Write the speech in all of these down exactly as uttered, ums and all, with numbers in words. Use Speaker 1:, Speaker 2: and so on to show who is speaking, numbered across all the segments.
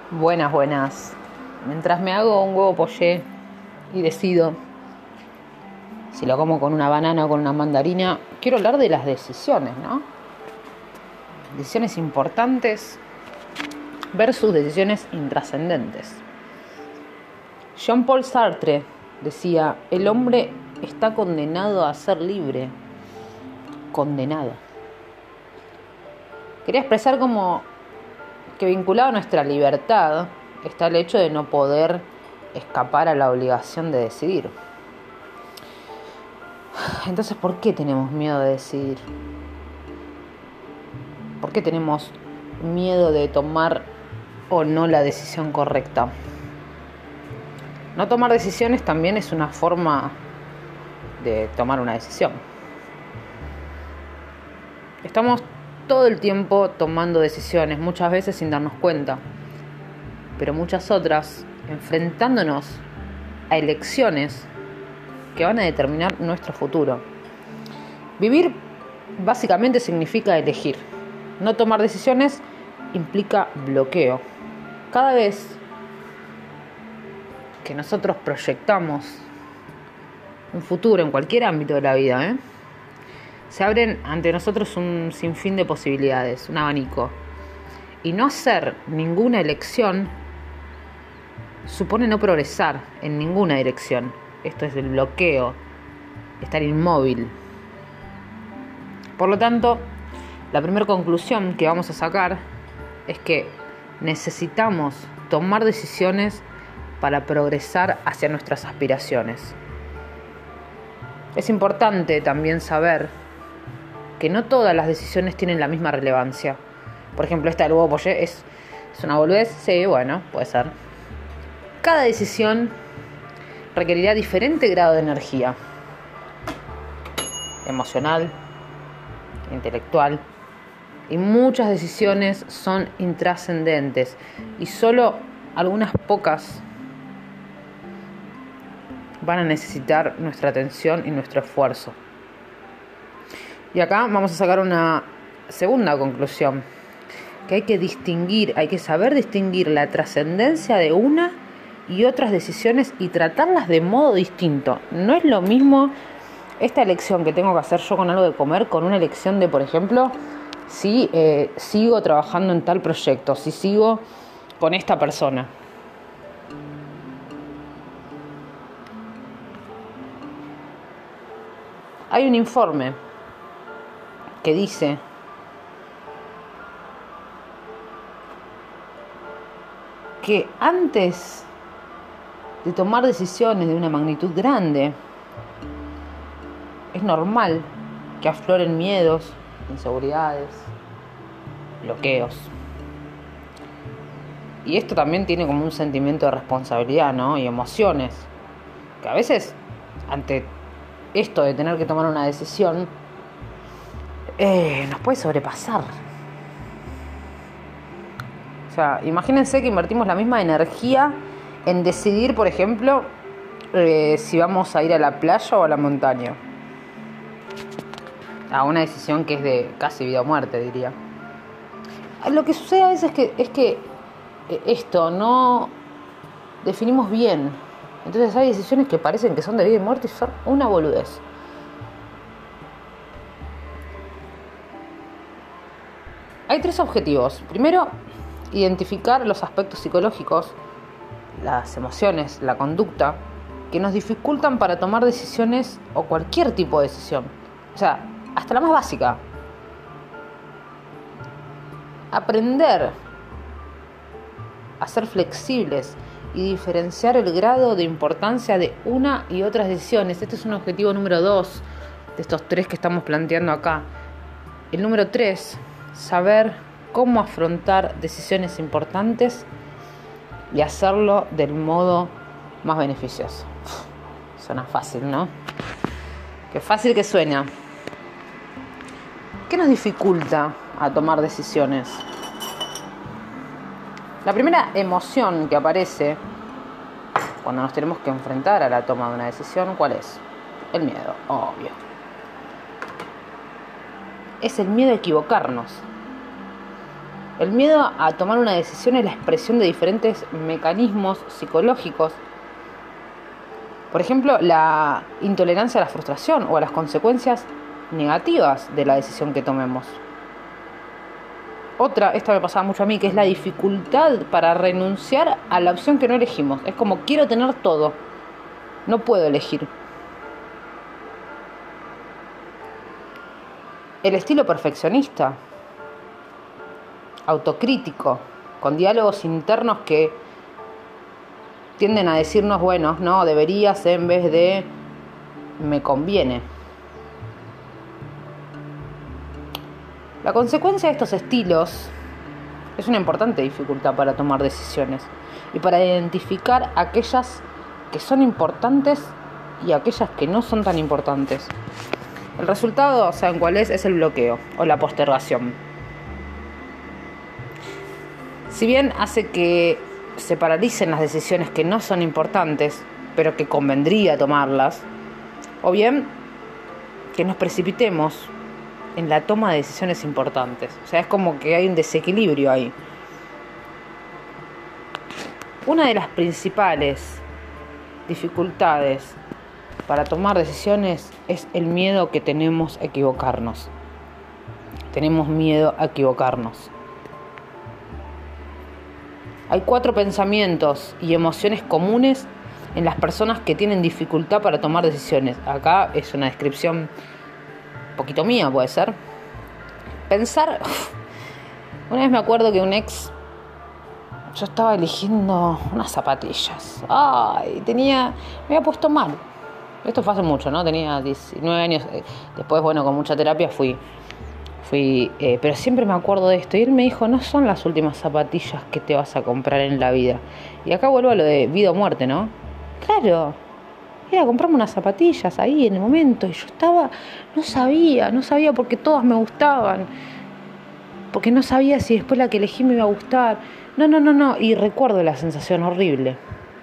Speaker 1: Buenas, buenas. Mientras me hago un huevo poché y decido si lo como con una banana o con una mandarina, quiero hablar de las decisiones, ¿no? Decisiones importantes versus decisiones intrascendentes. Jean-Paul Sartre decía, el hombre está condenado a ser libre. Condenado. Quería expresar como que vinculado a nuestra libertad está el hecho de no poder escapar a la obligación de decidir. Entonces, ¿por qué tenemos miedo de decidir? ¿Por qué tenemos miedo de tomar o no la decisión correcta? No tomar decisiones también es una forma de tomar una decisión. Estamos todo el tiempo tomando decisiones, muchas veces sin darnos cuenta, pero muchas otras enfrentándonos a elecciones que van a determinar nuestro futuro. Vivir básicamente significa elegir. No tomar decisiones implica bloqueo. Cada vez que nosotros proyectamos un futuro en cualquier ámbito de la vida, ¿eh? se abren ante nosotros un sinfín de posibilidades, un abanico. Y no hacer ninguna elección supone no progresar en ninguna dirección. Esto es el bloqueo, estar inmóvil. Por lo tanto, la primera conclusión que vamos a sacar es que necesitamos tomar decisiones para progresar hacia nuestras aspiraciones. Es importante también saber que no todas las decisiones tienen la misma relevancia. Por ejemplo, esta del huevo poché es, es una boludez. Sí, bueno, puede ser. Cada decisión requerirá diferente grado de energía. Emocional, intelectual. Y muchas decisiones son intrascendentes. Y solo algunas pocas van a necesitar nuestra atención y nuestro esfuerzo. Y acá vamos a sacar una segunda conclusión, que hay que distinguir, hay que saber distinguir la trascendencia de una y otras decisiones y tratarlas de modo distinto. No es lo mismo esta elección que tengo que hacer yo con algo de comer con una elección de, por ejemplo, si eh, sigo trabajando en tal proyecto, si sigo con esta persona. Hay un informe que dice que antes de tomar decisiones de una magnitud grande, es normal que afloren miedos, inseguridades, bloqueos. Y esto también tiene como un sentimiento de responsabilidad, ¿no? Y emociones, que a veces, ante esto de tener que tomar una decisión, Eh, nos puede sobrepasar. O sea, imagínense que invertimos la misma energía en decidir, por ejemplo, eh, si vamos a ir a la playa o a la montaña. A una decisión que es de casi vida o muerte, diría. Lo que sucede a veces es que, es que esto no definimos bien. Entonces hay decisiones que parecen que son de vida y muerte y son una boludez. Hay tres objetivos. Primero, identificar los aspectos psicológicos, las emociones, la conducta, que nos dificultan para tomar decisiones o cualquier tipo de decisión. O sea, hasta la más básica. Aprender a ser flexibles y diferenciar el grado de importancia de una y otras decisiones. Este es un objetivo número dos de estos tres que estamos planteando acá. El número tres, saber cómo afrontar decisiones importantes y hacerlo del modo más beneficioso. Suena fácil, ¿no? Qué fácil que suena. ¿Qué nos dificulta a tomar decisiones? La primera emoción que aparece cuando nos tenemos que enfrentar a la toma de una decisión, ¿cuál es? El miedo, obvio. Es el miedo a equivocarnos. El miedo a tomar una decisión es la expresión de diferentes mecanismos psicológicos. Por ejemplo, la intolerancia a la frustración o a las consecuencias negativas de la decisión que tomemos. Otra, esta me pasaba mucho a mí, que es la dificultad para renunciar a la opción que no elegimos. Es como quiero tener todo, no puedo elegir. El estilo perfeccionista, autocrítico, con diálogos internos que tienden a decirnos, bueno, no, deberías en vez de me conviene. La consecuencia de estos estilos es una importante dificultad para tomar decisiones y para identificar aquellas que son importantes y aquellas que no son tan importantes. El resultado, ¿saben cuál es? Es el bloqueo o la postergación. Si bien hace que se paralicen las decisiones que no son importantes, pero que convendría tomarlas, o bien que nos precipitemos en la toma de decisiones importantes. O sea, es como que hay un desequilibrio ahí. Una de las principales dificultades para tomar decisiones es el miedo que tenemos a equivocarnos. Tenemos miedo a equivocarnos. Hay cuatro pensamientos y emociones comunes en las personas que tienen dificultad para tomar decisiones. Acá es una descripción un poquito mía, puede ser. Pensar. Uf, una vez me acuerdo que un ex, yo estaba eligiendo unas zapatillas. Ay, tenía, me había puesto mal. Esto fue hace mucho, ¿no? Tenía diecinueve años. Después, bueno, con mucha terapia fui, fui, eh, pero siempre me acuerdo de esto. Y él me dijo, no son las últimas zapatillas que te vas a comprar en la vida. Y acá vuelvo a lo de vida o muerte, ¿no? Claro. Era comprarme unas zapatillas ahí en el momento y yo estaba, no sabía, no sabía porque todas me gustaban, porque no sabía si después la que elegí me iba a gustar, no, no, no, no, y recuerdo la sensación horrible.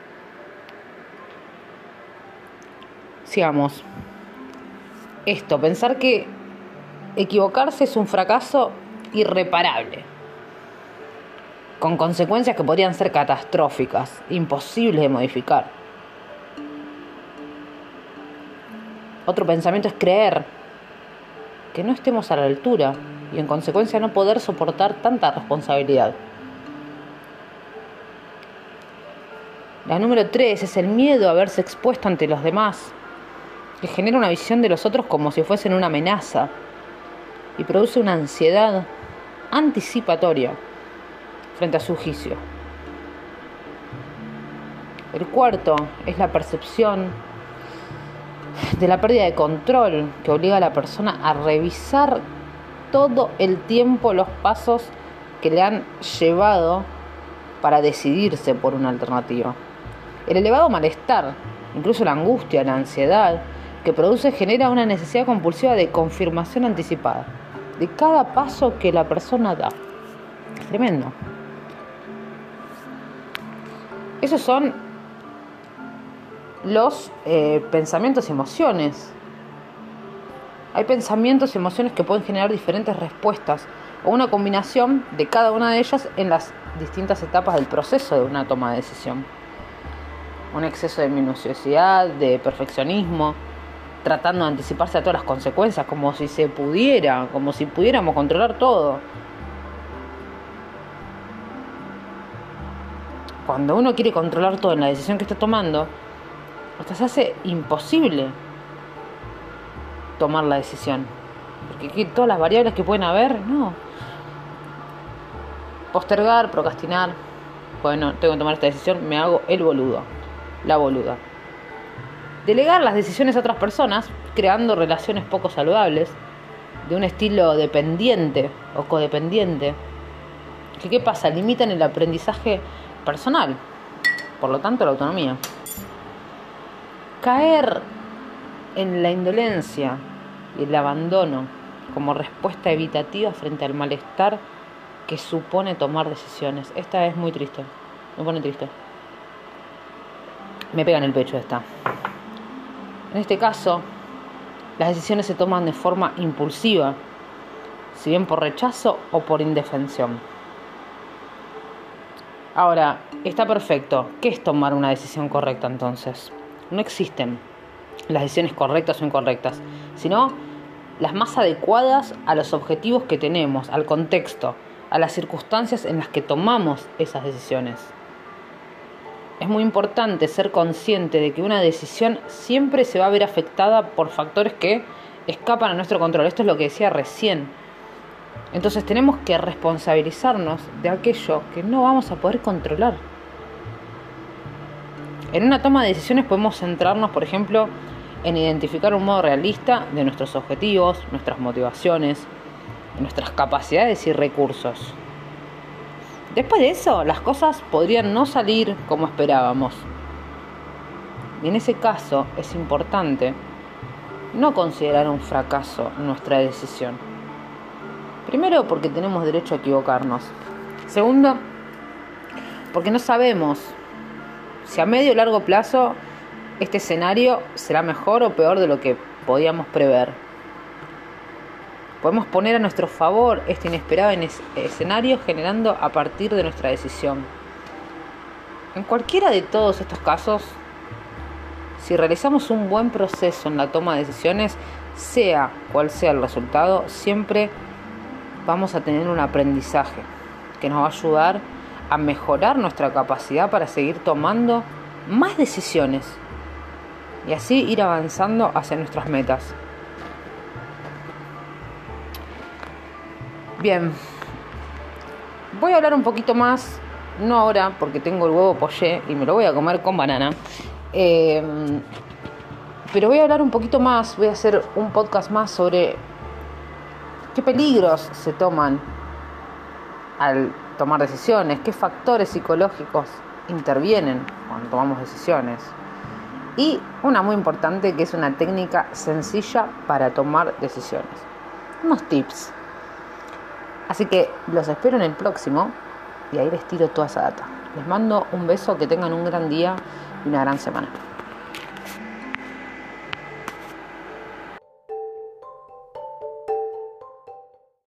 Speaker 1: Sigamos. Esto, pensar que equivocarse es un fracaso irreparable, con consecuencias que podrían ser catastróficas, imposibles de modificar. Otro pensamiento es creer que no estemos a la altura y en consecuencia no poder soportar tanta responsabilidad. La número tres es el miedo a verse expuesto ante los demás, que genera una visión de los otros como si fuesen una amenaza y produce una ansiedad anticipatoria frente a su juicio. El cuarto es la percepción de la pérdida de control que obliga a la persona a revisar todo el tiempo los pasos que le han llevado para decidirse por una alternativa. El elevado malestar, incluso la angustia, la ansiedad que produce genera una necesidad compulsiva de confirmación anticipada de cada paso que la persona da. Tremendo. Esos son los eh, pensamientos y emociones. Hay pensamientos y emociones que pueden generar diferentes respuestas o una combinación de cada una de ellas en las distintas etapas del proceso de una toma de decisión. Un exceso de minuciosidad, de perfeccionismo, tratando de anticiparse a todas las consecuencias, como si se pudiera, como si pudiéramos controlar todo. Cuando uno quiere controlar todo en la decisión que está tomando, hasta se hace imposible tomar la decisión. Porque todas las variables que pueden haber, no. Postergar, procrastinar. Bueno, tengo que tomar esta decisión, me hago el boludo, la boluda. Delegar las decisiones a otras personas, creando relaciones poco saludables, de un estilo dependiente o codependiente. ¿Qué, qué pasa? Limitan el aprendizaje personal, por lo tanto la autonomía. Caer en la indolencia y el abandono como respuesta evitativa frente al malestar que supone tomar decisiones. Esta es muy triste, me pone triste. Me pega en el pecho esta. En este caso, las decisiones se toman de forma impulsiva, si bien por rechazo o por indefensión. Ahora, está perfecto. ¿Qué es tomar una decisión correcta entonces? No existen las decisiones correctas o incorrectas, sino las más adecuadas a los objetivos que tenemos, al contexto, a las circunstancias en las que tomamos esas decisiones. Es muy importante ser consciente de que una decisión siempre se va a ver afectada por factores que escapan a nuestro control. Esto es lo que decía recién. Entonces tenemos que responsabilizarnos de aquello que no vamos a poder controlar. En una toma de decisiones podemos centrarnos, por ejemplo, en identificar un modo realista de nuestros objetivos, nuestras motivaciones, nuestras capacidades y recursos. Después de eso, las cosas podrían no salir como esperábamos. Y en ese caso es importante no considerar un fracaso nuestra decisión. Primero, porque tenemos derecho a equivocarnos. Segundo, porque no sabemos si a medio o largo plazo este escenario será mejor o peor de lo que podíamos prever. Podemos poner a nuestro favor este inesperado escenario generando a partir de nuestra decisión. En cualquiera de todos estos casos, si realizamos un buen proceso en la toma de decisiones, sea cual sea el resultado, siempre vamos a tener un aprendizaje que nos va a ayudar a mejorar nuestra capacidad para seguir tomando más decisiones y así ir avanzando hacia nuestras metas. Bien, voy a hablar un poquito más, no ahora porque tengo el huevo poché y me lo voy a comer con banana, eh, pero voy a hablar un poquito más, voy a hacer un podcast más sobre qué peligros se toman al tomar decisiones, qué factores psicológicos intervienen cuando tomamos decisiones. Y una muy importante que es una técnica sencilla para tomar decisiones. Unos tips. Así que los espero en el próximo y ahí les tiro toda esa data. Les mando un beso, que tengan un gran día y una gran semana.